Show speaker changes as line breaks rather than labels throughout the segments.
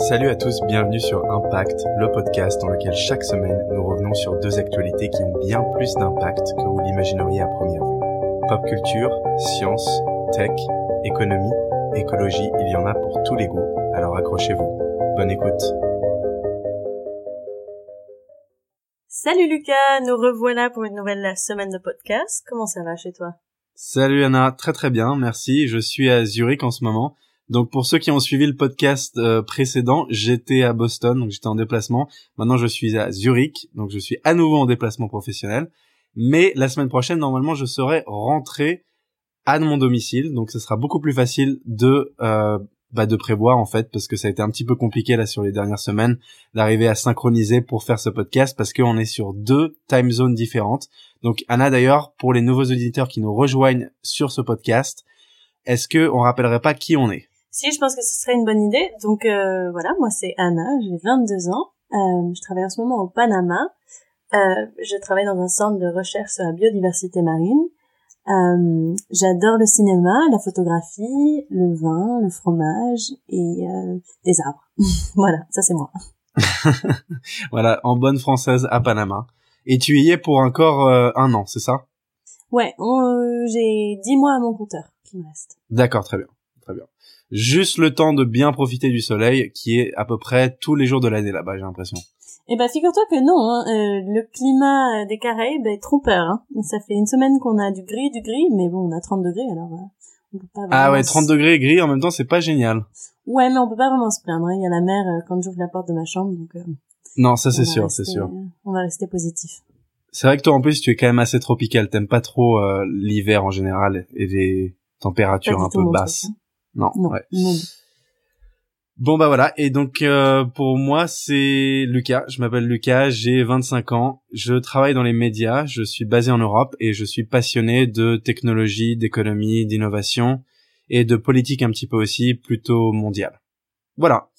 Salut à tous, bienvenue sur Impact, le podcast dans lequel chaque semaine nous revenons sur deux actualités qui ont bien plus d'impact que vous l'imagineriez à première vue. Pop culture, science, tech, économie, écologie, il y en a pour tous les goûts, alors accrochez-vous. Bonne écoute.
Salut Lucas, nous revoilà pour une nouvelle semaine de podcast. Comment ça va chez toi?
Salut Anna, très bien, merci. Je suis à Zurich en ce moment. Donc pour ceux qui ont suivi le podcast précédent, j'étais à Boston, donc j'étais en déplacement. Maintenant je suis à Zurich, donc je suis à nouveau en déplacement professionnel. Mais la semaine prochaine, normalement, je serai rentré à mon domicile, donc ce sera beaucoup plus facile de prévoir en fait, parce que ça a été un petit peu compliqué là sur les dernières semaines d'arriver à synchroniser pour faire ce podcast, parce qu'on est sur deux time zones différentes. Donc Anna, d'ailleurs, pour les nouveaux auditeurs qui nous rejoignent sur ce podcast, est-ce que on rappellerait pas qui on est?
Si, je pense que ce serait une bonne idée. Donc voilà, moi c'est Anna, j'ai 22 ans. Je travaille en ce moment au Panama. Je travaille dans un centre de recherche sur la biodiversité marine. J'adore le cinéma, la photographie, le vin, le fromage et les arbres. Voilà, ça c'est moi.
Voilà, en bonne française à Panama. Et tu y es pour encore 1 an, c'est ça?
Ouais, j'ai 10 mois à mon compteur qui me reste.
D'accord, très bien. Juste le temps de bien profiter du soleil, qui est à peu près tous les jours de l'année là-bas, j'ai l'impression.
Eh ben, figure-toi que non, hein. Le climat des Caraïbes est trompeur, hein. Ça fait une semaine qu'on a du gris, mais bon, on a 30 degrés, alors on peut pas vraiment...
Ah ouais, 30 degrés gris, en même temps, c'est pas génial.
Ouais, mais on peut pas vraiment se plaindre, hein. Il y a la mer quand j'ouvre la porte de ma chambre, donc...
Non, ça c'est sûr, c'est sûr.
On va rester positif.
C'est vrai que toi, en plus, tu es quand même assez tropical. T'aimes pas trop l'hiver en général et les températures un peu basses.
Truc, hein.
Non, ouais.
Non.
Bon bah voilà, et donc pour moi c'est Lucas, je m'appelle Lucas, j'ai 25 ans, je travaille dans les médias, je suis basé en Europe et je suis passionné de technologie, d'économie, d'innovation et de politique un petit peu aussi, plutôt mondiale. Voilà.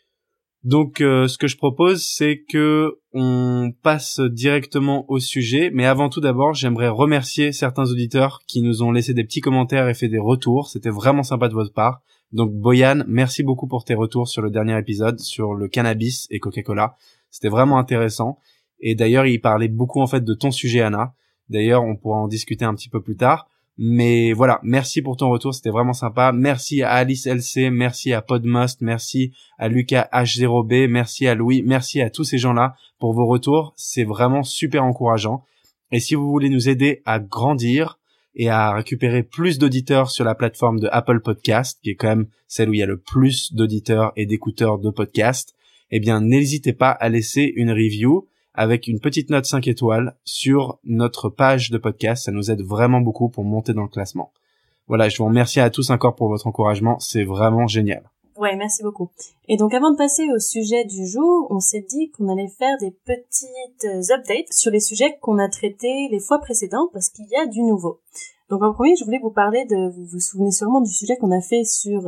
Donc ce que je propose, c'est que on passe directement au sujet, mais avant tout d'abord, j'aimerais remercier certains auditeurs qui nous ont laissé des petits commentaires et fait des retours, c'était vraiment sympa de votre part. Donc Boyan, merci beaucoup pour tes retours sur le dernier épisode sur le cannabis et Coca-Cola. C'était vraiment intéressant. Et d'ailleurs, il parlait beaucoup en fait de ton sujet, Anna. D'ailleurs, on pourra en discuter un petit peu plus tard. Mais voilà, merci pour ton retour, c'était vraiment sympa. Merci à Alice LC, merci à Podmust, merci à Lucas H0B, merci à Louis, merci à tous ces gens-là pour vos retours. C'est vraiment super encourageant. Et si vous voulez nous aider à grandir et à récupérer plus d'auditeurs sur la plateforme de Apple Podcast, qui est quand même celle où il y a le plus d'auditeurs et d'écouteurs de podcasts, eh bien, n'hésitez pas à laisser une review avec une petite note 5 étoiles sur notre page de podcast. Ça nous aide vraiment beaucoup pour monter dans le classement. Voilà, je vous remercie à tous encore pour votre encouragement. C'est vraiment génial.
Ouais, merci beaucoup. Et donc, avant de passer au sujet du jour, on s'est dit qu'on allait faire des petites updates sur les sujets qu'on a traités les fois précédentes parce qu'il y a du nouveau. Donc, en premier, je voulais vous parler vous vous souvenez sûrement du sujet qu'on a fait sur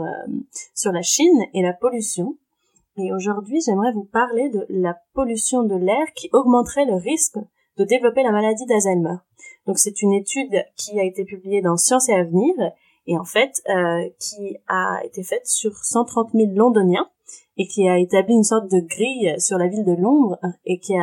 la Chine et la pollution. Et aujourd'hui, j'aimerais vous parler de la pollution de l'air qui augmenterait le risque de développer la maladie d'Alzheimer. Donc, c'est une étude qui a été publiée dans Science et Avenir et en fait, qui a été faite sur 130 000 Londoniens et qui a établi une sorte de grille sur la ville de Londres et qui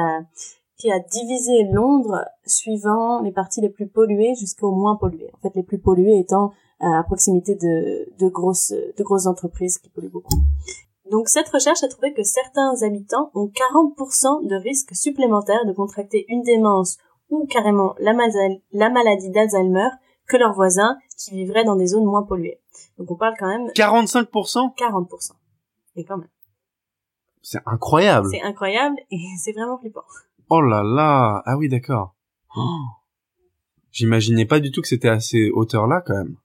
a divisé Londres suivant les parties les plus polluées jusqu'aux moins polluées. En fait, les plus polluées étant à proximité de grosses entreprises qui polluent beaucoup. Donc cette recherche a trouvé que certains habitants ont 40% de risque supplémentaire de contracter une démence ou carrément la maladie d'Alzheimer que leurs voisins qui vivraient dans des zones moins polluées. Donc on parle quand même...
45%?
40%. Et quand même.
C'est incroyable.
C'est incroyable et c'est vraiment flippant.
Oh là là. Ah oui, d'accord. Oh. J'imaginais pas du tout que c'était à ces hauteurs-là quand même.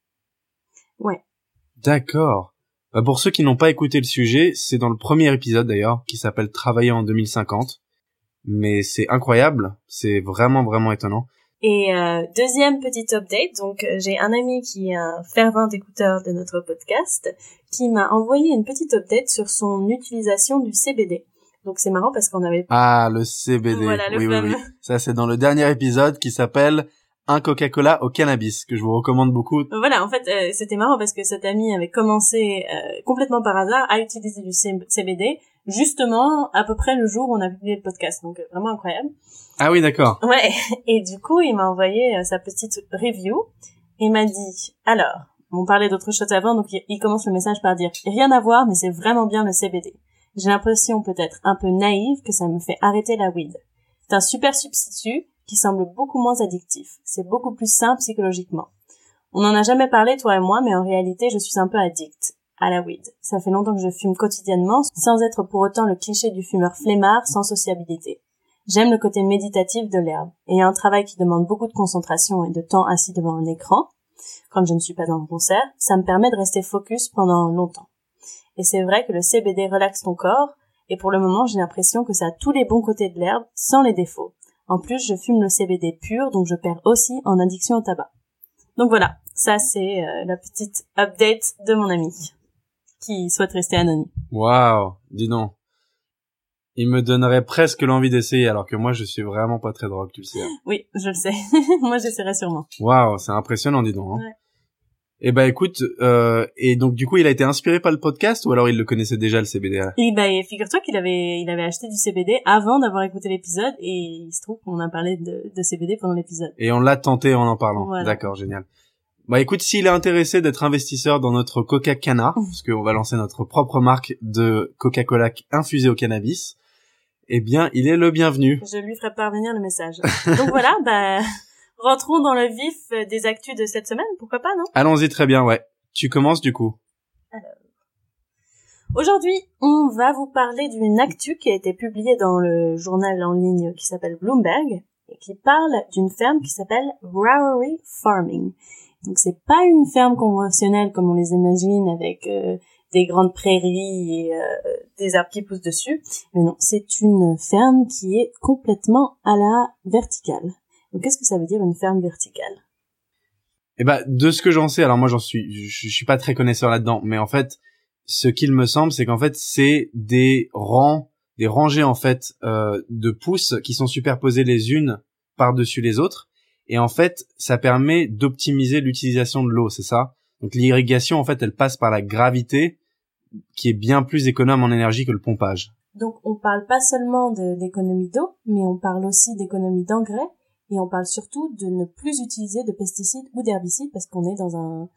Ouais.
D'accord. Pour ceux qui n'ont pas écouté le sujet, c'est dans le premier épisode d'ailleurs, qui s'appelle Travailler en 2050. Mais c'est incroyable, c'est vraiment étonnant.
Et deuxième petite update, donc j'ai un ami qui est un fervent écouteur de notre podcast, qui m'a envoyé une petite update sur son utilisation du CBD. Donc c'est marrant parce qu'on avait...
Ah, le CBD,
voilà, le fameux.
Oui. Ça c'est dans le dernier épisode qui s'appelle un Coca-Cola au cannabis que je vous recommande beaucoup.
Voilà, en fait, c'était marrant parce que cet ami avait commencé complètement par hasard à utiliser du CBD justement à peu près le jour où on a publié le podcast. Donc vraiment incroyable.
Ah oui, d'accord.
Ouais, et du coup, il m'a envoyé sa petite review et m'a dit alors, on parlait d'autre chose avant, donc il commence le message par dire rien à voir, mais c'est vraiment bien le CBD. J'ai l'impression peut-être un peu naïve que ça me fait arrêter la weed. C'est un super substitut qui semble beaucoup moins addictif. C'est beaucoup plus sain psychologiquement. On n'en a jamais parlé, toi et moi, mais en réalité, je suis un peu addict à la weed. Ça fait longtemps que je fume quotidiennement, sans être pour autant le cliché du fumeur flemmard sans sociabilité. J'aime le côté méditatif de l'herbe. Et un travail qui demande beaucoup de concentration et de temps assis devant un écran, quand je ne suis pas dans un concert, ça me permet de rester focus pendant longtemps. Et c'est vrai que le CBD relaxe ton corps, et pour le moment, j'ai l'impression que ça a tous les bons côtés de l'herbe, sans les défauts. En plus, je fume le CBD pur, donc je perds aussi en addiction au tabac. Donc voilà, ça c'est la petite update de mon ami, qui souhaite rester anonyme.
Waouh, dis donc. Il me donnerait presque l'envie d'essayer, alors que moi, je suis vraiment pas très drogue, tu le sais.
Oui, je le sais. Moi, j'essaierai sûrement.
Waouh, c'est impressionnant, dis donc. Hein.
Ouais.
Eh ben, écoute, et donc, du coup, il a été inspiré par le podcast, ou alors il le connaissait déjà, le CBD?
Et figure-toi qu'il avait acheté du CBD avant d'avoir écouté l'épisode, et il se trouve qu'on a parlé de CBD pendant l'épisode.
Et on l'a tenté en parlant.
Voilà.
D'accord, génial. Bah écoute, s'il est intéressé d'être investisseur dans notre Coca-Cana, parce qu'on va lancer notre propre marque de Coca-Cola infusée au cannabis, eh bien, il est le bienvenu.
Je lui ferai parvenir le message. Donc voilà, rentrons dans le vif des actus de cette semaine, pourquoi pas, non?
Allons-y, très bien, ouais. Tu commences du coup.
Alors, aujourd'hui, on va vous parler d'une actu qui a été publiée dans le journal en ligne qui s'appelle Bloomberg et qui parle d'une ferme qui s'appelle Bowery Farming. Donc c'est pas une ferme conventionnelle comme on les imagine avec des grandes prairies et des arbres qui poussent dessus. Mais non, c'est une ferme qui est complètement à la verticale. Donc qu'est-ce que ça veut dire une ferme verticale?
Eh ben, de ce que j'en sais, alors moi je suis pas très connaisseur là-dedans, mais en fait, ce qu'il me semble, c'est qu'en fait, c'est des rangées en fait de pousses qui sont superposées les unes par-dessus les autres. Et en fait, ça permet d'optimiser l'utilisation de l'eau, c'est ça? Donc l'irrigation, en fait, elle passe par la gravité, qui est bien plus économe en énergie que le pompage.
Donc on parle pas seulement d'économie d'eau, mais on parle aussi d'économie d'engrais, et on parle surtout de ne plus utiliser de pesticides ou d'herbicides parce qu'on est dans un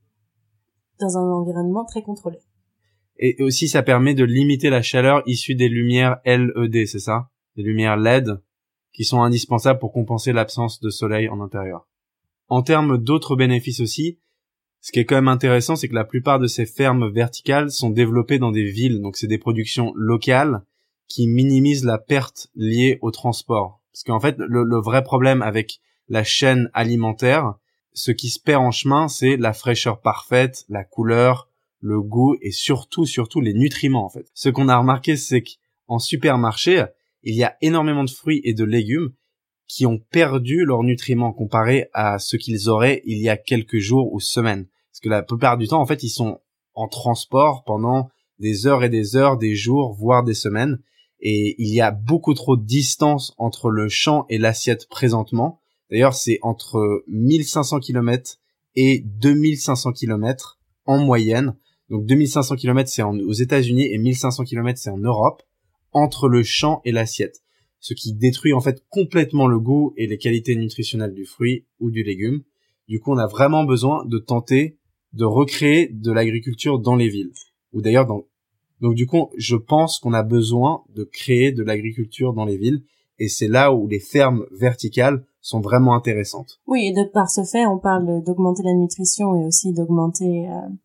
environnement très contrôlé.
Et aussi, ça permet de limiter la chaleur issue des lumières LED, c'est ça? Des lumières LED, qui sont indispensables pour compenser l'absence de soleil en intérieur. En termes d'autres bénéfices aussi, ce qui est quand même intéressant, c'est que la plupart de ces fermes verticales sont développées dans des villes, donc c'est des productions locales qui minimisent la perte liée au transport. Parce qu'en fait, le vrai problème avec la chaîne alimentaire, ce qui se perd en chemin, c'est la fraîcheur parfaite, la couleur, le goût et surtout les nutriments en fait. Ce qu'on a remarqué, c'est qu'en supermarché, il y a énormément de fruits et de légumes qui ont perdu leurs nutriments comparé à ce qu'ils auraient il y a quelques jours ou semaines. Parce que la plupart du temps, en fait, ils sont en transport pendant des heures et des heures, des jours, voire des semaines. Et il y a beaucoup trop de distance entre le champ et l'assiette présentement. D'ailleurs, c'est entre 1500 km et 2500 km en moyenne. Donc 2500 km, c'est aux États-Unis et 1500 km, c'est en Europe, entre le champ et l'assiette. Ce qui détruit en fait complètement le goût et les qualités nutritionnelles du fruit ou du légume. Du coup, on a vraiment besoin de tenter de recréer de l'agriculture dans les villes. Ou d'ailleurs, donc du coup, je pense qu'on a besoin de créer de l'agriculture dans les villes. Et c'est là où les fermes verticales sont vraiment intéressantes.
Oui, et de par ce fait, on parle d'augmenter la nutrition et aussi d'augmenter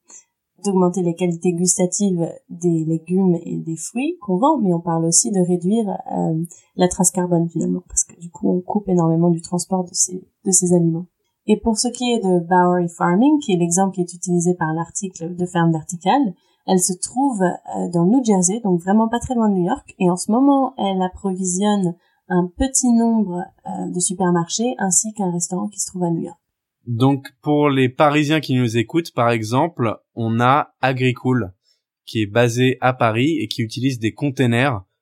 les qualités gustatives des légumes et des fruits qu'on vend, mais on parle aussi de réduire la trace carbone finalement, parce que du coup on coupe énormément du transport de ces aliments. Et pour ce qui est de Bowery Farming, qui est l'exemple qui est utilisé par l'article de ferme verticale, elle se trouve dans le New Jersey, donc vraiment pas très loin de New York, et en ce moment elle approvisionne un petit nombre de supermarchés ainsi qu'un restaurant qui se trouve à New York.
Donc, pour les Parisiens qui nous écoutent, par exemple, on a Agricool, qui est basé à Paris et qui utilise des containers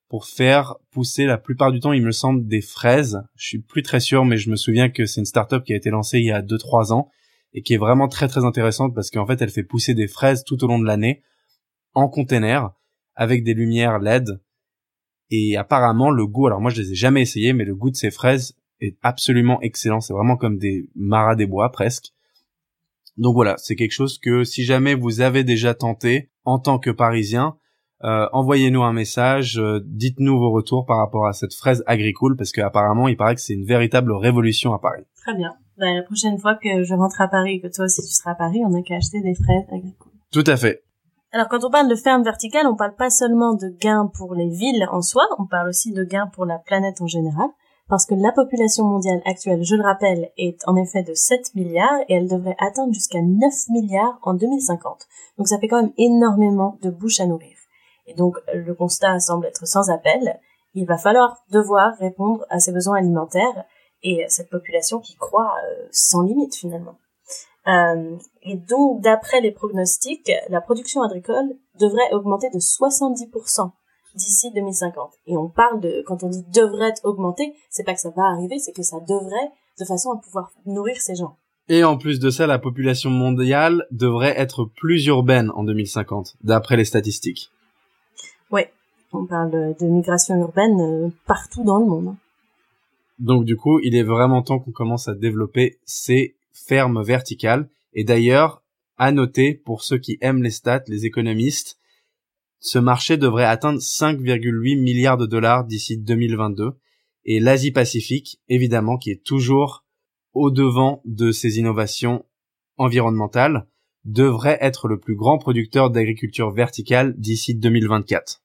pour faire pousser la plupart du temps, il me semble, des fraises. Je suis plus très sûr, mais je me souviens que c'est une start-up qui a été lancée il y a 2-3 ans et qui est vraiment très très intéressante parce qu'en fait, elle fait pousser des fraises tout au long de l'année en container avec des lumières LED. Et apparemment, le goût, alors moi je les ai jamais essayés, mais le goût de ces fraises est absolument excellent. C'est vraiment comme des maras des bois presque. Donc voilà, c'est quelque chose que si jamais vous avez déjà tenté en tant que Parisien, envoyez-nous un message, dites-nous vos retours par rapport à cette fraise Agricool, parce qu'apparemment il paraît que c'est une véritable révolution à Paris.
Très bien. La prochaine fois que je rentre à Paris et que toi aussi tu seras à Paris, on n'a qu'à acheter des fraises Agricool.
Tout à fait.
Alors quand on parle de ferme verticale, on parle pas seulement de gains pour les villes en soi, on parle aussi de gains pour la planète en général, parce que la population mondiale actuelle, je le rappelle, est en effet de 7 milliards et elle devrait atteindre jusqu'à 9 milliards en 2050. Donc ça fait quand même énormément de bouches à nourrir. Et donc le constat semble être sans appel, il va falloir devoir répondre à ces besoins alimentaires et cette population qui croît sans limite finalement. Et donc, d'après les pronostics, la production agricole devrait augmenter de 70% d'ici 2050. Et on parle de, quand on dit devrait augmenter, c'est pas que ça va arriver, c'est que ça devrait, de façon à pouvoir nourrir ces gens.
Et en plus de ça, la population mondiale devrait être plus urbaine en 2050, d'après les statistiques.
Ouais, on parle de migration urbaine partout dans le monde.
Donc du coup, il est vraiment temps qu'on commence à développer ces fermes verticales. Et d'ailleurs, à noter, pour ceux qui aiment les stats, les économistes, ce marché devrait atteindre 5,8 milliards de dollars d'ici 2022. Et l'Asie-Pacifique, évidemment, qui est toujours au-devant de ces innovations environnementales, devrait être le plus grand producteur d'agriculture verticale d'ici 2024.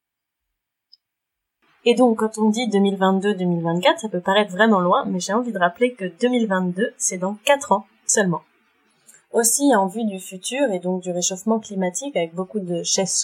Et donc, quand on dit 2022-2024, ça peut paraître vraiment loin, mais j'ai envie de rappeler que 2022, c'est dans 4 ans seulement. Aussi, en vue du futur et donc du réchauffement climatique, avec beaucoup de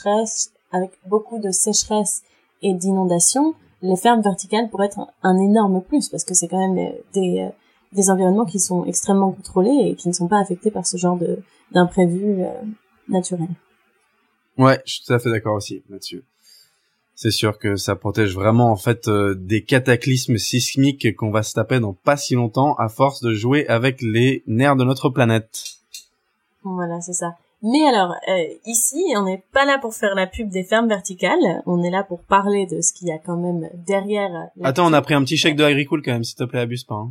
sécheresse et d'inondations, les fermes verticales pourraient être un énorme plus, parce que c'est quand même des environnements qui sont extrêmement contrôlés et qui ne sont pas affectés par ce genre d'imprévus naturels.
Ouais, je suis tout à fait d'accord aussi là-dessus. C'est sûr que ça protège vraiment en fait des cataclysmes sismiques qu'on va se taper dans pas si longtemps à force de jouer avec les nerfs de notre planète.
Voilà, c'est ça. Mais alors, ici, on n'est pas là pour faire la pub des fermes verticales, on est là pour parler de ce qu'il y a quand même derrière.
Attends, on a pris un petit chèque de Agricool quand même, s'il te plaît, abuse pas. Hein.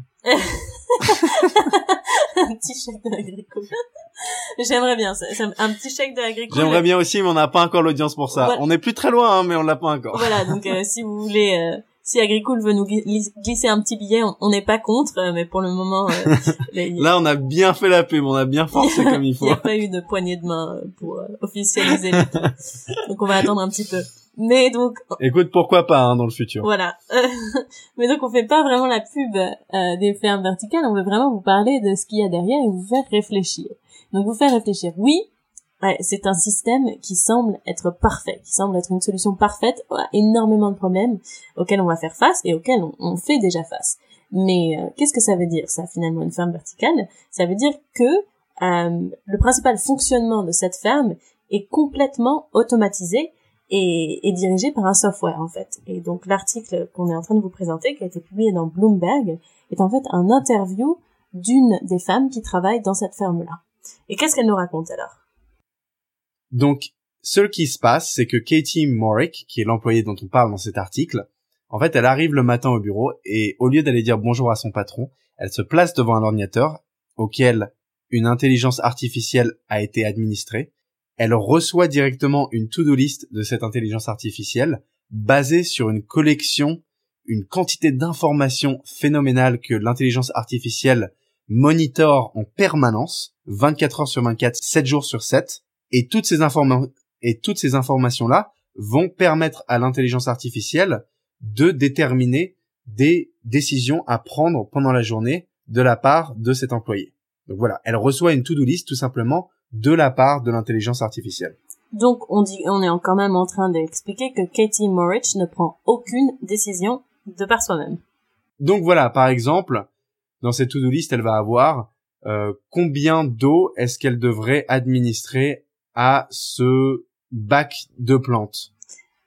Un petit chèque de Agricool. J'aimerais bien ça, un petit chèque de Agricool.
J'aimerais bien aussi, mais on n'a pas encore l'audience pour ça. Voilà. On est plus très loin, hein, mais on l'a pas encore.
Voilà, donc si vous voulez, si Agricool veut nous glisser un petit billet, on n'est pas contre, mais pour le moment...
Là, on a bien fait la pub, on a bien forcé comme il faut.
Il n'y a pas eu de poignée de main pour officialiser le tout. Donc on va attendre un petit peu. Mais donc...
Écoute, pourquoi pas, hein, dans le futur.
Voilà. Mais donc on fait pas vraiment la pub des fermes verticales, on veut vraiment vous parler de ce qu'il y a derrière et vous faire réfléchir. Donc vous faire réfléchir, oui, ouais, c'est un système qui semble être parfait, qui semble être une solution parfaite à énormément de problèmes auxquels on va faire face et auxquels on fait déjà face. Mais qu'est-ce que ça veut dire, ça, finalement, une ferme verticale? Ça veut dire que le principal fonctionnement de cette ferme est complètement automatisé et dirigé par un software, en fait. Et donc l'article qu'on est en train de vous présenter, qui a été publié dans Bloomberg, est en fait un interview d'une des femmes qui travaille dans cette ferme-là. Et qu'est-ce qu'elle nous raconte alors?
Donc, ce qui se passe, c'est que Katie Morrick, qui est l'employée dont on parle dans cet article, en fait, elle arrive le matin au bureau et au lieu d'aller dire bonjour à son patron, elle se place devant un ordinateur auquel une intelligence artificielle a été administrée. Elle reçoit directement une to-do list de cette intelligence artificielle basée sur une collection, une quantité d'informations phénoménales que l'intelligence artificielle monitore en permanence, 24 heures sur 24, 7 jours sur 7, et toutes ces informations-là vont permettre à l'intelligence artificielle de déterminer des décisions à prendre pendant la journée de la part de cet employé. Donc voilà, elle reçoit une to-do list tout simplement de la part de l'intelligence artificielle.
Donc on est quand même en train d'expliquer que Katie Morrick ne prend aucune décision de par soi-même.
Donc voilà, par exemple, dans cette to-do list, elle va avoir combien d'eau est-ce qu'elle devrait administrer à ce bac de plantes.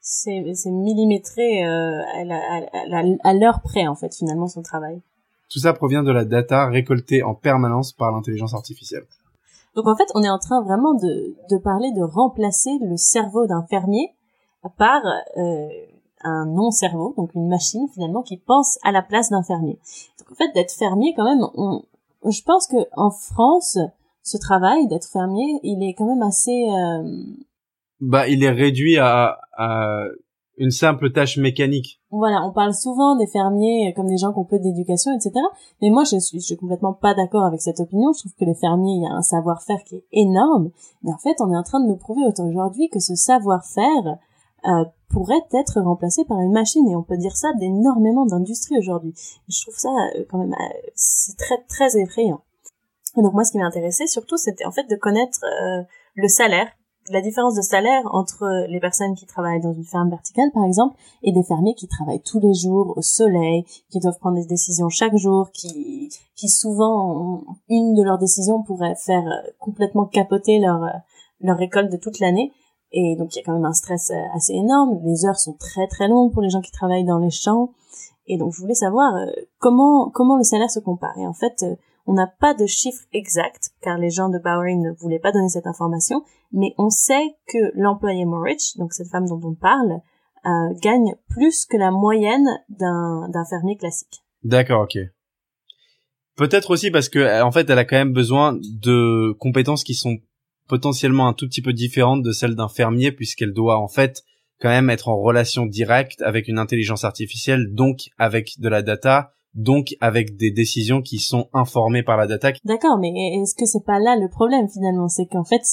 c'est millimétré à l'heure près, en fait, finalement, son travail.
Tout ça provient de la data récoltée en permanence par l'intelligence artificielle.
Donc en fait, on est en train vraiment de parler de remplacer le cerveau d'un fermier par un non-cerveau, donc une machine finalement qui pense à la place d'un fermier. Donc en fait, d'être fermier quand même, je pense que en France, ce travail d'être fermier, il est quand même assez
il est réduit à une simple tâche mécanique.
Voilà, on parle souvent des fermiers comme des gens qui ont peu d'éducation, etc. Mais moi, je suis complètement pas d'accord avec cette opinion. Je trouve que les fermiers, il y a un savoir-faire qui est énorme. Mais en fait, on est en train de nous prouver aujourd'hui que ce savoir-faire pourrait être remplacé par une machine. Et on peut dire ça d'énormément d'industries aujourd'hui. Je trouve ça quand même, c'est très, très effrayant. Et donc moi, ce qui m'a intéressé surtout, c'était en fait de connaître le salaire, la différence de salaire entre les personnes qui travaillent dans une ferme verticale, par exemple, et des fermiers qui travaillent tous les jours au soleil, qui doivent prendre des décisions chaque jour, qui souvent, une de leurs décisions pourrait faire complètement capoter leur récolte de toute l'année. Et donc, il y a quand même un stress assez énorme. Les heures sont très, très longues pour les gens qui travaillent dans les champs. Et donc, je voulais savoir comment le salaire se compare. Et en fait, on n'a pas de chiffre exact, car les gens de Bowery ne voulaient pas donner cette information, mais on sait que l'employé Morich, donc cette femme dont on parle, gagne plus que la moyenne d'un fermier classique.
D'accord, ok. Peut-être aussi parce que, en fait, elle a quand même besoin de compétences qui sont potentiellement un tout petit peu différentes de celles d'un fermier, puisqu'elle doit, en fait, quand même être en relation directe avec une intelligence artificielle, donc avec de la data, donc avec des décisions qui sont informées par la data.
D'accord, mais est-ce que c'est pas là le problème finalement? C'est qu'en fait,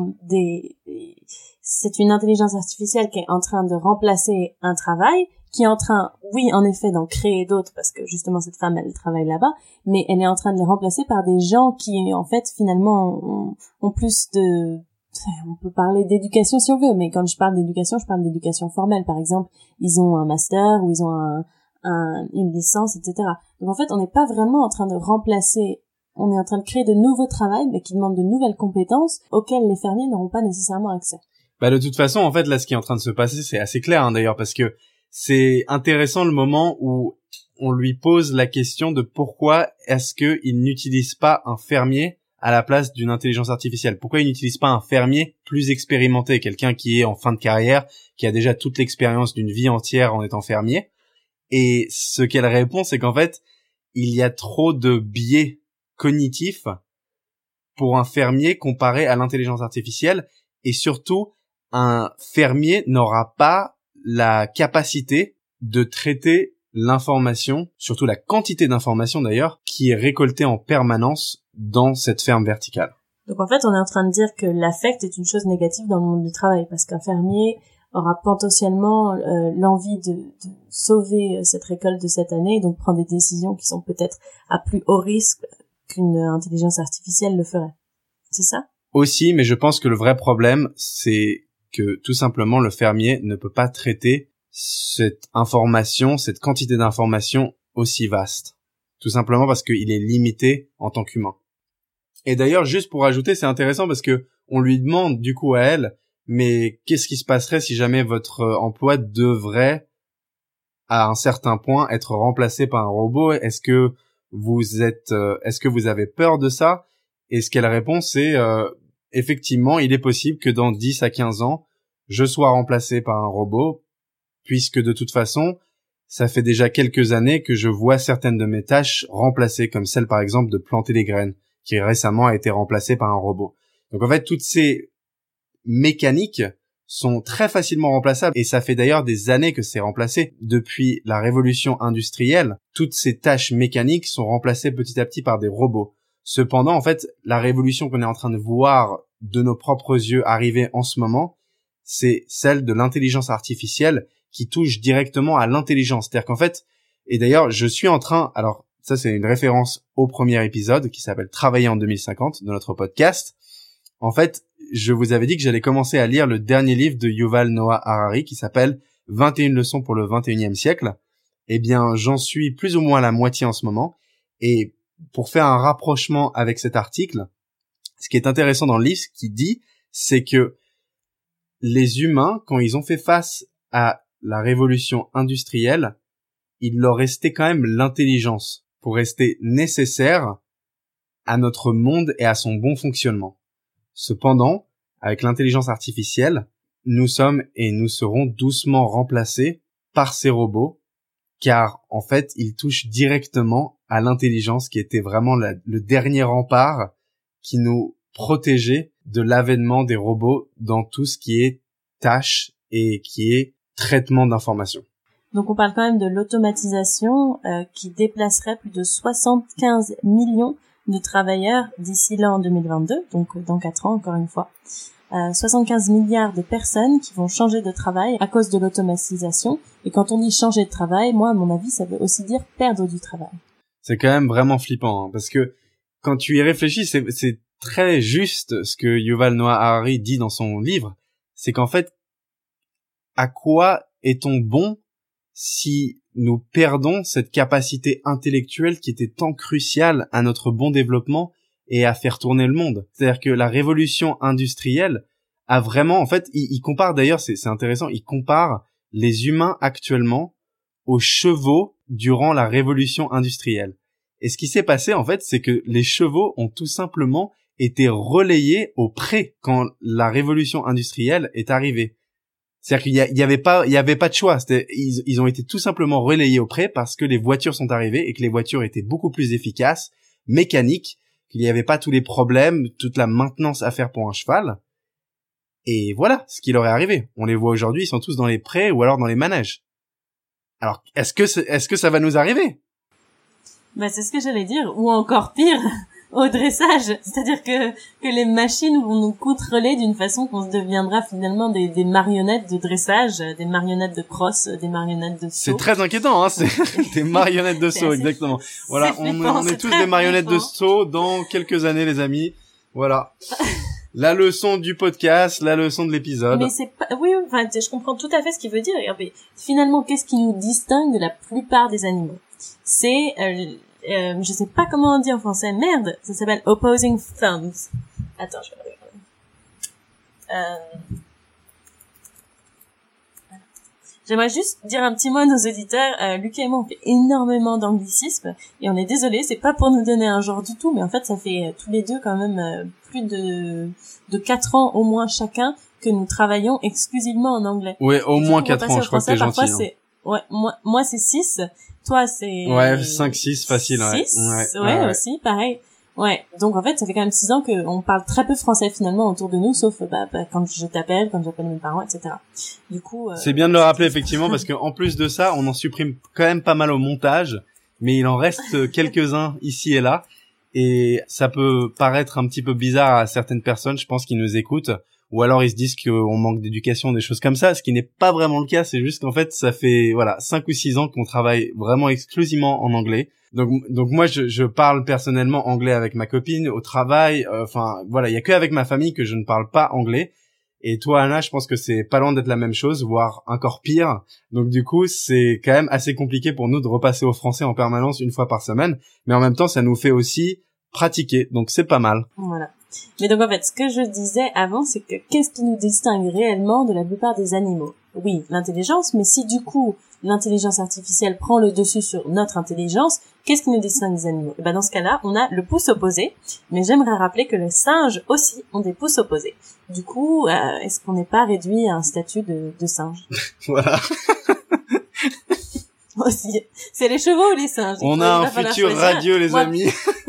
c'est une intelligence artificielle qui est en train de remplacer un travail, qui est en train, oui, en effet, d'en créer d'autres, parce que justement cette femme, elle travaille là-bas, mais elle est en train de les remplacer par des gens qui, en fait, finalement, ont plus de... On peut parler d'éducation si on veut, mais quand je parle d'éducation formelle. Par exemple, ils ont un master ou ils ont une licence, etc. Donc en fait, on n'est pas vraiment en train de remplacer, on est en train de créer de nouveaux travails, mais qui demandent de nouvelles compétences auxquelles les fermiers n'auront pas nécessairement accès.
De toute façon, en fait, là, ce qui est en train de se passer, c'est assez clair, d'ailleurs, parce que c'est intéressant le moment où on lui pose la question de pourquoi est-ce qu'il n'utilise pas un fermier à la place d'une intelligence artificielle. Pourquoi il n'utilise pas un fermier plus expérimenté, quelqu'un qui est en fin de carrière, qui a déjà toute l'expérience d'une vie entière en étant fermier. Et ce qu'elle répond, c'est qu'en fait, il y a trop de biais cognitifs pour un fermier comparé à l'intelligence artificielle, et surtout, un fermier n'aura pas la capacité de traiter l'information, surtout la quantité d'informations d'ailleurs, qui est récoltée en permanence dans cette ferme verticale.
Donc en fait, on est en train de dire que l'affect est une chose négative dans le monde du travail, parce qu'un fermier aura potentiellement l'envie de sauver cette récolte de cette année, et donc prendre des décisions qui sont peut-être à plus haut risque qu'une intelligence artificielle le ferait. C'est ça?
Aussi, mais je pense que le vrai problème, c'est que tout simplement le fermier ne peut pas traiter cette information, cette quantité d'informations aussi vaste. Tout simplement parce qu'il est limité en tant qu'humain. Et d'ailleurs, juste pour ajouter, c'est intéressant parce que on lui demande du coup à elle, mais qu'est-ce qui se passerait si jamais votre emploi devrait, à un certain point, être remplacé par un robot? Est-ce que vous avez peur de ça? Et ce qu'elle répond, c'est effectivement, il est possible que dans 10 à 15 ans, je sois remplacé par un robot, puisque de toute façon, ça fait déjà quelques années que je vois certaines de mes tâches remplacées, comme celle par exemple de planter les graines, qui récemment a été remplacée par un robot. Donc en fait, toutes ces mécaniques sont très facilement remplaçables, et ça fait d'ailleurs des années que c'est remplacé. Depuis la révolution industrielle, toutes ces tâches mécaniques sont remplacées petit à petit par des robots. Cependant, en fait, la révolution qu'on est en train de voir de nos propres yeux arriver en ce moment, c'est celle de l'intelligence artificielle qui touche directement à l'intelligence. C'est-à-dire qu'en fait, et d'ailleurs, je suis en train, alors ça c'est une référence au premier épisode qui s'appelle Travailler en 2050 de notre podcast. En fait, je vous avais dit que j'allais commencer à lire le dernier livre de Yuval Noah Harari qui s'appelle 21 leçons pour le 21e siècle. Eh bien, j'en suis plus ou moins à la moitié en ce moment. Et pour faire un rapprochement avec cet article, ce qui est intéressant dans le livre, ce qu'il dit, c'est que les humains, quand ils ont fait face à la révolution industrielle, il leur restait quand même l'intelligence pour rester nécessaire à notre monde et à son bon fonctionnement. Cependant, avec l'intelligence artificielle, nous sommes et nous serons doucement remplacés par ces robots, car en fait, ils touchent directement à l'intelligence qui était vraiment le dernier rempart qui nous protégeait de l'avènement des robots dans tout ce qui est tâches et qui est traitement d'informations.
Donc on parle quand même de l'automatisation qui déplacerait plus de 75 millions de travailleurs d'ici là en 2022, donc dans 4 ans encore une fois. 75 milliards de personnes qui vont changer de travail à cause de l'automatisation. Et quand on dit changer de travail, moi à mon avis ça veut aussi dire perdre du travail.
C'est quand même vraiment flippant, hein, parce que quand tu y réfléchis, c'est très juste ce que Yuval Noah Harari dit dans son livre, c'est qu'en fait, à quoi est-on bon si nous perdons cette capacité intellectuelle qui était tant cruciale à notre bon développement et à faire tourner le monde? C'est-à-dire que la révolution industrielle a vraiment, en fait, il compare d'ailleurs, c'est intéressant, il compare les humains actuellement aux chevaux durant la révolution industrielle. Et ce qui s'est passé, en fait, c'est que les chevaux ont tout simplement été relayés au pré quand la révolution industrielle est arrivée. C'est-à-dire qu'il y avait pas de choix. Ils ont été tout simplement relayés au pré parce que les voitures sont arrivées et que les voitures étaient beaucoup plus efficaces, mécaniques, qu'il n'y avait pas tous les problèmes, toute la maintenance à faire pour un cheval. Et voilà ce qui leur est arrivé. On les voit aujourd'hui, ils sont tous dans les prés ou alors dans les manèges. Alors, est-ce que ça va nous arriver?
Bah, c'est ce que j'allais dire, ou encore pire, au dressage. C'est-à-dire que les machines vont nous contrôler d'une façon qu'on se deviendra finalement des marionnettes de dressage, des marionnettes de crosse, des marionnettes de saut.
C'est très inquiétant, hein, c'est des marionnettes de saut, exactement. Voilà, on est tous des marionnettes de saut dans quelques années, les amis. Voilà. La leçon du podcast, la leçon de l'épisode.
Mais c'est pas, oui, enfin, je comprends tout à fait ce qu'il veut dire. Mais finalement, qu'est-ce qui nous distingue de la plupart des animaux? C'est, je sais pas comment on dit en français. Merde, ça s'appelle opposing thumbs. Attends, je vais regarder. J'aimerais juste dire un petit mot à nos auditeurs. Lucas et moi, on fait énormément d'anglicisme et on est désolé, c'est pas pour nous donner un genre du tout, mais en fait, ça fait tous les deux quand même plus de 4 ans au moins chacun que nous travaillons exclusivement en anglais.
Ouais, au moins 4 ans, je crois que t'es gentil.
Hein. Ouais, moi c'est 6, toi c'est...
Ouais, 5, 6, facile,
6, ouais, aussi, pareil. Ouais, donc en fait, ça fait quand même 6 ans qu'on parle très peu français finalement autour de nous, sauf quand je t'appelle, quand j'appelle mes parents, etc. Du coup...
c'est bien de le rappeler effectivement, parce que en plus de ça, on en supprime quand même pas mal au montage, mais il en reste quelques-uns ici et là, et ça peut paraître un petit peu bizarre à certaines personnes, je pense, qui nous écoutent, ou alors ils se disent qu'on manque d'éducation, des choses comme ça, ce qui n'est pas vraiment le cas, c'est juste qu'en fait, ça fait 5 ou 6 ans qu'on travaille vraiment exclusivement en anglais. Donc moi je parle personnellement anglais avec ma copine au travail, il y a que avec ma famille que je ne parle pas anglais. Et toi Anna, je pense que c'est pas loin d'être la même chose, voire encore pire. Donc du coup, c'est quand même assez compliqué pour nous de repasser au français en permanence une fois par semaine, mais en même temps ça nous fait aussi pratiquer. Donc c'est pas mal.
Voilà. Mais donc en fait, ce que je disais avant, c'est que qu'est-ce qui nous distingue réellement de la plupart des animaux? Oui, l'intelligence, mais si du coup l'intelligence artificielle prend le dessus sur notre intelligence, qu'est-ce qui nous distingue des animaux? Et ben dans ce cas-là, on a le pouce opposé, mais j'aimerais rappeler que les singes aussi ont des pouces opposés. Du coup, est-ce qu'on n'est pas réduit à un statut de singe?
Voilà.
Aussi, c'est les chevaux ou les singes?
On a un futur radieux, les amis.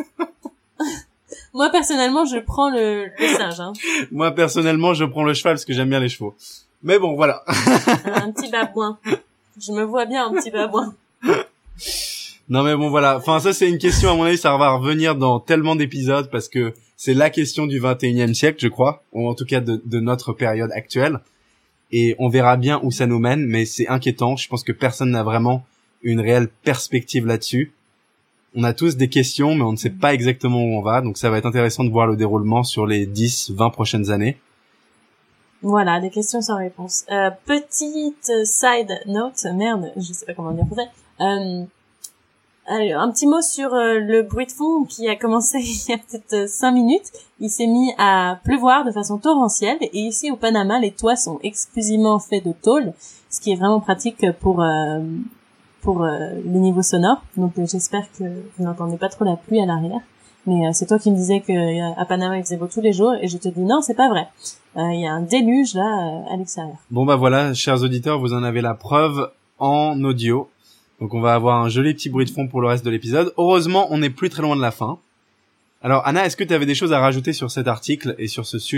Moi, personnellement, je prends le singe, hein.
Moi, personnellement, je prends le cheval parce que j'aime bien les chevaux. Mais bon, voilà.
Un petit babouin. Je me vois bien, un petit babouin.
Non, mais bon, voilà. Enfin, ça, c'est une question, à mon avis, ça va revenir dans tellement d'épisodes parce que c'est la question du 21e siècle, je crois. Ou en tout cas, de notre période actuelle. Et on verra bien où ça nous mène, mais c'est inquiétant. Je pense que personne n'a vraiment une réelle perspective là-dessus. On a tous des questions, mais on ne sait pas exactement où on va. Donc ça va être intéressant de voir le déroulement sur les 10, 20 prochaines années.
Voilà, des questions sans réponse. Petite side note, merde, je sais pas comment dire en français. Un petit mot sur le bruit de fond qui a commencé il y a peut-être 5 minutes. Il s'est mis à pleuvoir de façon torrentielle et ici au Panama, les toits sont exclusivement faits de tôle, ce qui est vraiment pratique pour le niveau sonore. Donc j'espère que vous n'entendez pas trop la pluie à l'arrière. Mais c'est toi qui me disais que à Panama il faisait beau tous les jours et je te dis non, c'est pas vrai. Il y a un déluge là à l'extérieur.
Bon bah voilà, chers auditeurs, vous en avez la preuve en audio. Donc on va avoir un joli petit bruit de fond pour le reste de l'épisode. Heureusement, on n'est plus très loin de la fin. Alors Anna, est-ce que tu avais des choses à rajouter sur cet article et sur ce sujet ?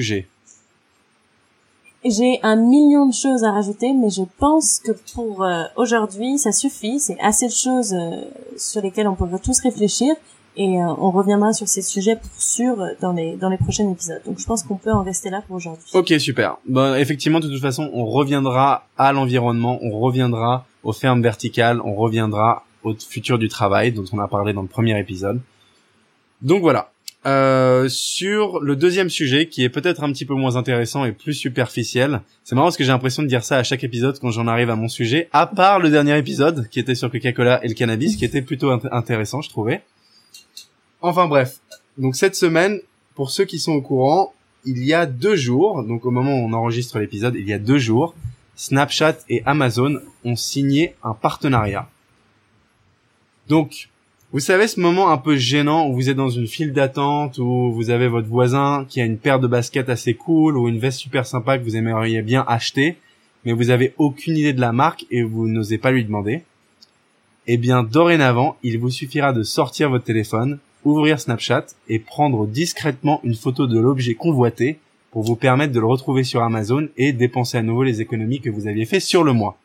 J'ai 1 million de choses à rajouter, mais je pense que pour aujourd'hui, ça suffit. C'est assez de choses sur lesquelles on pourrait tous réfléchir et on reviendra sur ces sujets pour sûr dans les prochains épisodes. Donc je pense qu'on peut en rester là pour aujourd'hui.
Ok, super. Bon, effectivement, de toute façon, on reviendra à l'environnement, on reviendra aux fermes verticales, on reviendra au futur du travail dont on a parlé dans le premier épisode. Donc voilà. Sur le deuxième sujet qui est peut-être un petit peu moins intéressant et plus superficiel, c'est marrant parce que j'ai l'impression de dire ça à chaque épisode quand j'en arrive à mon sujet, à part le dernier épisode qui était sur Coca-Cola et le cannabis, qui était plutôt intéressant, je trouvais. Enfin bref, donc cette semaine, pour ceux qui sont au courant, il y a 2 jours, donc au moment où on enregistre l'épisode, il y a 2 jours, Snapchat et Amazon ont signé un partenariat. Donc, vous savez ce moment un peu gênant où vous êtes dans une file d'attente, où vous avez votre voisin qui a une paire de baskets assez cool ou une veste super sympa que vous aimeriez bien acheter, mais vous avez aucune idée de la marque et vous n'osez pas lui demander. Eh bien, dorénavant, il vous suffira de sortir votre téléphone, ouvrir Snapchat et prendre discrètement une photo de l'objet convoité pour vous permettre de le retrouver sur Amazon et dépenser à nouveau les économies que vous aviez fait sur le mois.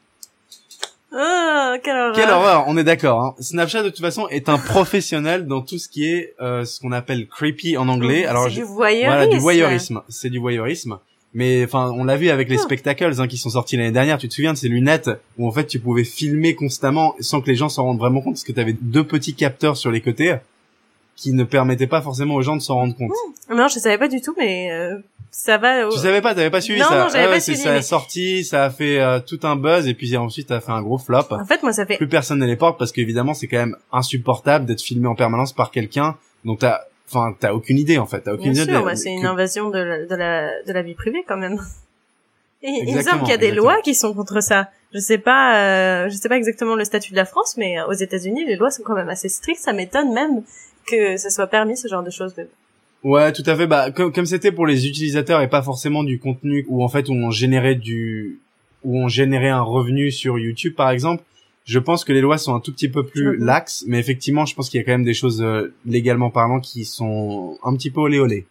Oh, quelle horreur.
Quelle horreur, on est d'accord. Hein. Snapchat, de toute façon, est un professionnel dans tout ce qui est ce qu'on appelle creepy en anglais. Alors,
c'est du voyeurisme.
Voilà, du voyeurisme. C'est du voyeurisme. Mais enfin, on l'a vu avec les spectacles qui sont sortis l'année dernière. Tu te souviens de ces lunettes où en fait tu pouvais filmer constamment sans que les gens s'en rendent vraiment compte parce que tu avais 2 petits capteurs sur les côtés qui ne permettaient pas forcément aux gens de s'en rendre compte.
Non, je savais pas du tout, mais ça va.
Tu savais pas, t'avais pas suivi
non,
ça.
Non, j'avais pas suivi.
Ça a sorti, ça a fait tout un buzz et puis ensuite ça a fait un gros flop.
En fait, moi ça fait.
Plus personne ne les porte parce qu'évidemment c'est quand même insupportable d'être filmé en permanence par quelqu'un. Donc t'as aucune idée en fait. T'as aucune idée.
Bien sûr, c'est une invasion de la vie privée quand même. Et il me semble qu'il y a des
exactement.
lois qui sont contre ça. Je sais pas exactement le statut de la France, mais aux États-Unis, les lois sont quand même assez strictes. Ça m'étonne même que ça soit permis ce genre de choses.
Ouais, tout à fait. Bah, comme c'était pour les utilisateurs et pas forcément du contenu où en fait où on générait un revenu sur YouTube par exemple. Je pense que les lois sont un tout petit peu plus laxes, mais effectivement, je pense qu'il y a quand même des choses légalement parlant qui sont un petit peu olé olé.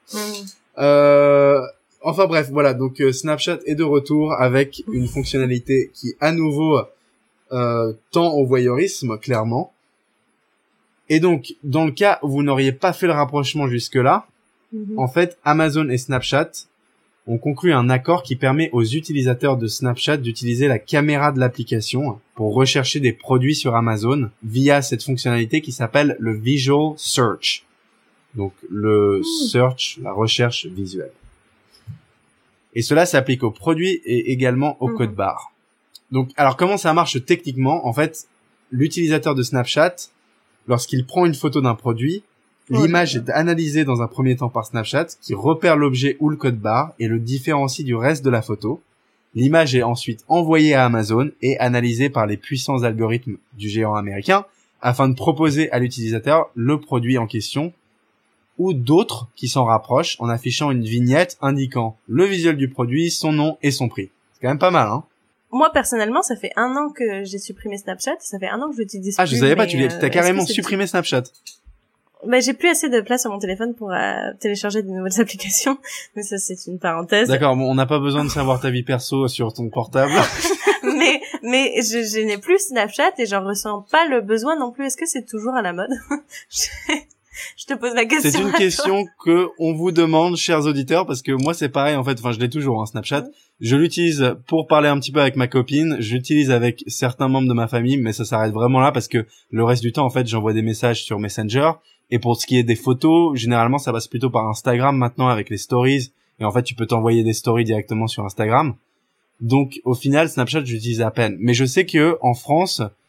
Enfin bref, voilà. Donc Snapchat est de retour avec une fonctionnalité qui à nouveau tend au voyeurisme clairement. Et donc, dans le cas où vous n'auriez pas fait le rapprochement jusque-là, en fait, Amazon et Snapchat ont conclu un accord qui permet aux utilisateurs de Snapchat d'utiliser la caméra de l'application pour rechercher des produits sur Amazon via cette fonctionnalité qui s'appelle le Visual Search. Donc, le search, la recherche visuelle. Et cela s'applique aux produits et également au code barre. Donc, alors comment ça marche techniquement ? En fait, l'utilisateur de Snapchat, lorsqu'il prend une photo d'un produit, l'image est analysée dans un premier temps par Snapchat, qui repère l'objet ou le code barre et le différencie du reste de la photo. L'image est ensuite envoyée à Amazon et analysée par les puissants algorithmes du géant américain afin de proposer à l'utilisateur le produit en question ou d'autres qui s'en rapprochent en affichant une vignette indiquant le visuel du produit, son nom et son prix. C'est quand même pas mal, hein ?
Moi, personnellement, ça fait 1 an que j'ai supprimé Snapchat. Ça fait 1 an que je l'utilise plus.
Ah, je savais pas, t'as carrément supprimé Snapchat.
Bah, j'ai plus assez de place sur mon téléphone pour télécharger de nouvelles applications. Mais ça, c'est une parenthèse.
D'accord, bon, on n'a pas besoin de savoir ta vie perso sur ton portable.
mais je n'ai plus Snapchat et j'en ressens pas le besoin non plus. Est-ce que c'est toujours à la mode? Je te pose la question.
C'est une question que on vous demande, chers auditeurs, parce que moi c'est pareil en fait. Enfin, je l'ai toujours, Snapchat. Je l'utilise pour parler un petit peu avec ma copine. Je l'utilise avec certains membres de ma famille, mais ça s'arrête vraiment là parce que le reste du temps, en fait, j'envoie des messages sur Messenger. Et pour ce qui est des photos, généralement, ça passe plutôt par Instagram maintenant avec les stories. Et en fait, tu peux t'envoyer des stories directement sur Instagram. Donc, au final, Snapchat, j'utilise à peine. Mais je sais que en France,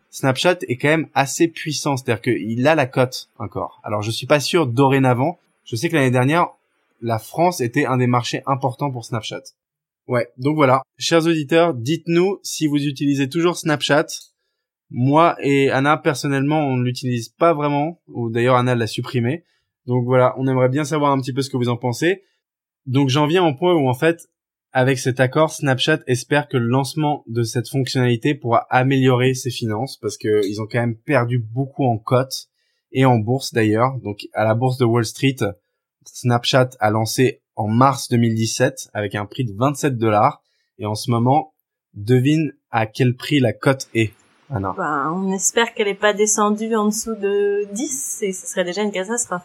Snapchat est quand même assez puissant, c'est-à-dire qu'il a la cote encore. Alors je suis pas sûr dorénavant. Je sais que l'année dernière, la France était un des marchés importants pour Snapchat. Ouais, donc voilà. Chers auditeurs, dites-nous si vous utilisez toujours Snapchat. Moi et Anna, personnellement, on ne l'utilise pas vraiment. Ou d'ailleurs, Anna l'a supprimé. Donc voilà, on aimerait bien savoir un petit peu ce que vous en pensez. Donc j'en viens au point où en fait, avec cet accord, Snapchat espère que le lancement de cette fonctionnalité pourra améliorer ses finances parce que ils ont quand même perdu beaucoup en cote et en bourse d'ailleurs. Donc à la bourse de Wall Street, Snapchat a lancé en mars 2017 avec un prix de $27 et en ce moment, devine à quel prix la cote est, Anna.
On espère qu'elle n'est pas descendue en dessous de 10 et ce serait déjà une catastrophe.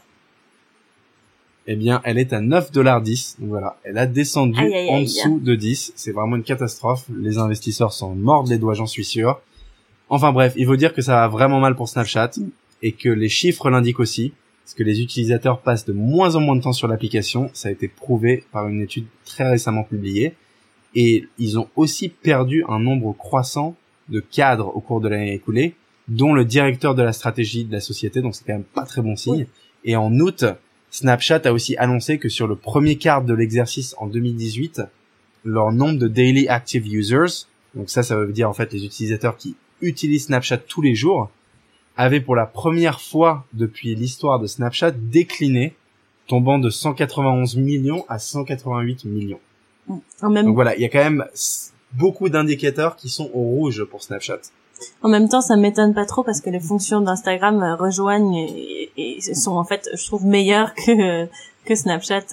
Eh bien, elle est à $9.10. Donc voilà, elle a descendu en dessous de 10. C'est vraiment une catastrophe. Les investisseurs s'en mordent les doigts, j'en suis sûr. Enfin bref, il faut dire que ça va vraiment mal pour Snapchat et que les chiffres l'indiquent aussi. Parce que les utilisateurs passent de moins en moins de temps sur l'application. Ça a été prouvé par une étude très récemment publiée. Et ils ont aussi perdu un nombre croissant de cadres au cours de l'année écoulée, dont le directeur de la stratégie de la société. Donc c'est quand même pas très bon signe. Oui. Et en août, Snapchat a aussi annoncé que sur le premier quart de l'exercice en 2018, leur nombre de daily active users, donc ça veut dire en fait les utilisateurs qui utilisent Snapchat tous les jours, avait pour la première fois depuis l'histoire de Snapchat décliné, tombant de 191 millions à 188 millions. Donc voilà, il y a quand même beaucoup d'indicateurs qui sont au rouge pour Snapchat.
En même temps, ça m'étonne pas trop parce que les fonctions d'Instagram rejoignent et sont en fait, je trouve, meilleures que Snapchat,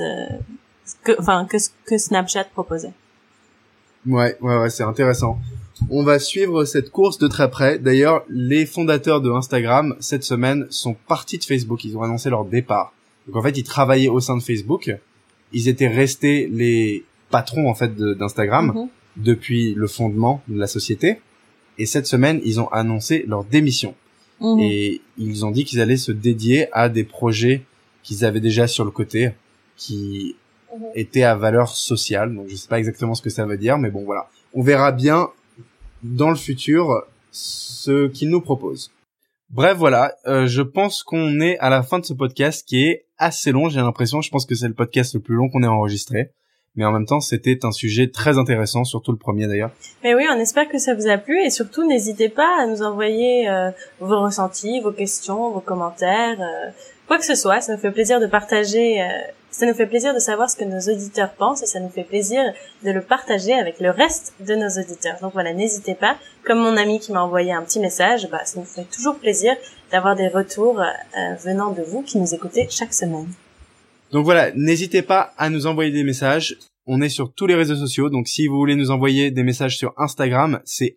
que Snapchat proposait.
Ouais, c'est intéressant. On va suivre cette course de très près. D'ailleurs, les fondateurs de Instagram, cette semaine, sont partis de Facebook. Ils ont annoncé leur départ. Donc en fait, ils travaillaient au sein de Facebook. Ils étaient restés les patrons en fait d'Instagram depuis le fondement de la société. Et cette semaine, ils ont annoncé leur démission. Et ils ont dit qu'ils allaient se dédier à des projets qu'ils avaient déjà sur le côté, qui étaient à valeur sociale. Donc je sais pas exactement ce que ça veut dire, mais bon voilà. On verra bien dans le futur ce qu'ils nous proposent. Bref, voilà. Je pense qu'on est à la fin de ce podcast qui est assez long, j'ai l'impression. Je pense que c'est le podcast le plus long qu'on ait enregistré. Mais en même temps, c'était un sujet très intéressant, surtout le premier d'ailleurs.
Mais oui, on espère que ça vous a plu et surtout, n'hésitez pas à nous envoyer vos ressentis, vos questions, vos commentaires, quoi que ce soit. Ça nous fait plaisir de partager, ça nous fait plaisir de savoir ce que nos auditeurs pensent et ça nous fait plaisir de le partager avec le reste de nos auditeurs. Donc voilà, n'hésitez pas. Comme mon ami qui m'a envoyé un petit message, ça nous fait toujours plaisir d'avoir des retours venant de vous qui nous écoutez chaque semaine.
Donc voilà, n'hésitez pas à nous envoyer des messages. On est sur tous les réseaux sociaux, donc si vous voulez nous envoyer des messages sur Instagram, c'est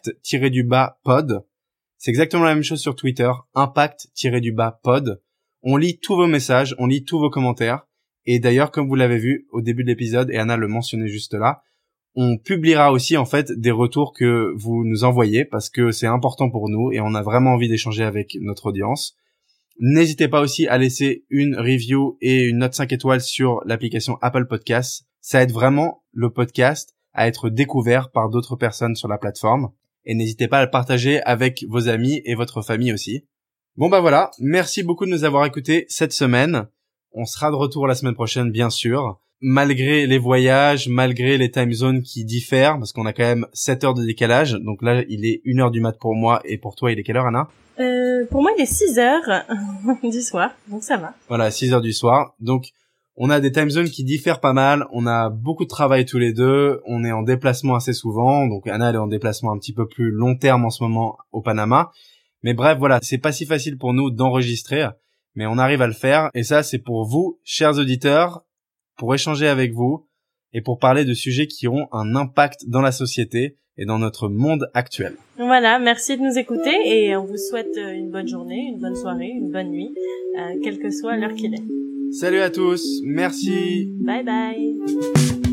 impact-pod. C'est exactement la même chose sur Twitter, impact-pod. On lit tous vos messages, on lit tous vos commentaires. Et d'ailleurs, comme vous l'avez vu au début de l'épisode, et Anna le mentionnait juste là, on publiera aussi en fait des retours que vous nous envoyez parce que c'est important pour nous et on a vraiment envie d'échanger avec notre audience. N'hésitez pas aussi à laisser une review et une note 5 étoiles sur l'application Apple Podcasts. Ça aide vraiment le podcast à être découvert par d'autres personnes sur la plateforme. Et n'hésitez pas à le partager avec vos amis et votre famille aussi. Bon voilà, merci beaucoup de nous avoir écoutés cette semaine. On sera de retour la semaine prochaine, bien sûr. Malgré les voyages, malgré les time zones qui diffèrent, parce qu'on a quand même 7 heures de décalage. Donc là, il est 1h du mat pour moi et pour toi, il est quelle heure, Anna ?
Pour moi, il est 6 heures du soir, donc ça va.
Voilà, 6 heures du soir. Donc, on a des time zones qui diffèrent pas mal. On a beaucoup de travail tous les deux. On est en déplacement assez souvent. Donc, Anna, elle est en déplacement un petit peu plus long terme en ce moment au Panama. Mais bref, voilà, c'est pas si facile pour nous d'enregistrer, mais on arrive à le faire. Et ça, c'est pour vous, chers auditeurs, pour échanger avec vous et pour parler de sujets qui ont un impact dans la société et dans notre monde actuel.
Voilà, merci de nous écouter et on vous souhaite une bonne journée, une bonne soirée, une bonne nuit, quelle que soit l'heure qu'il est.
Salut à tous, merci.
Bye bye.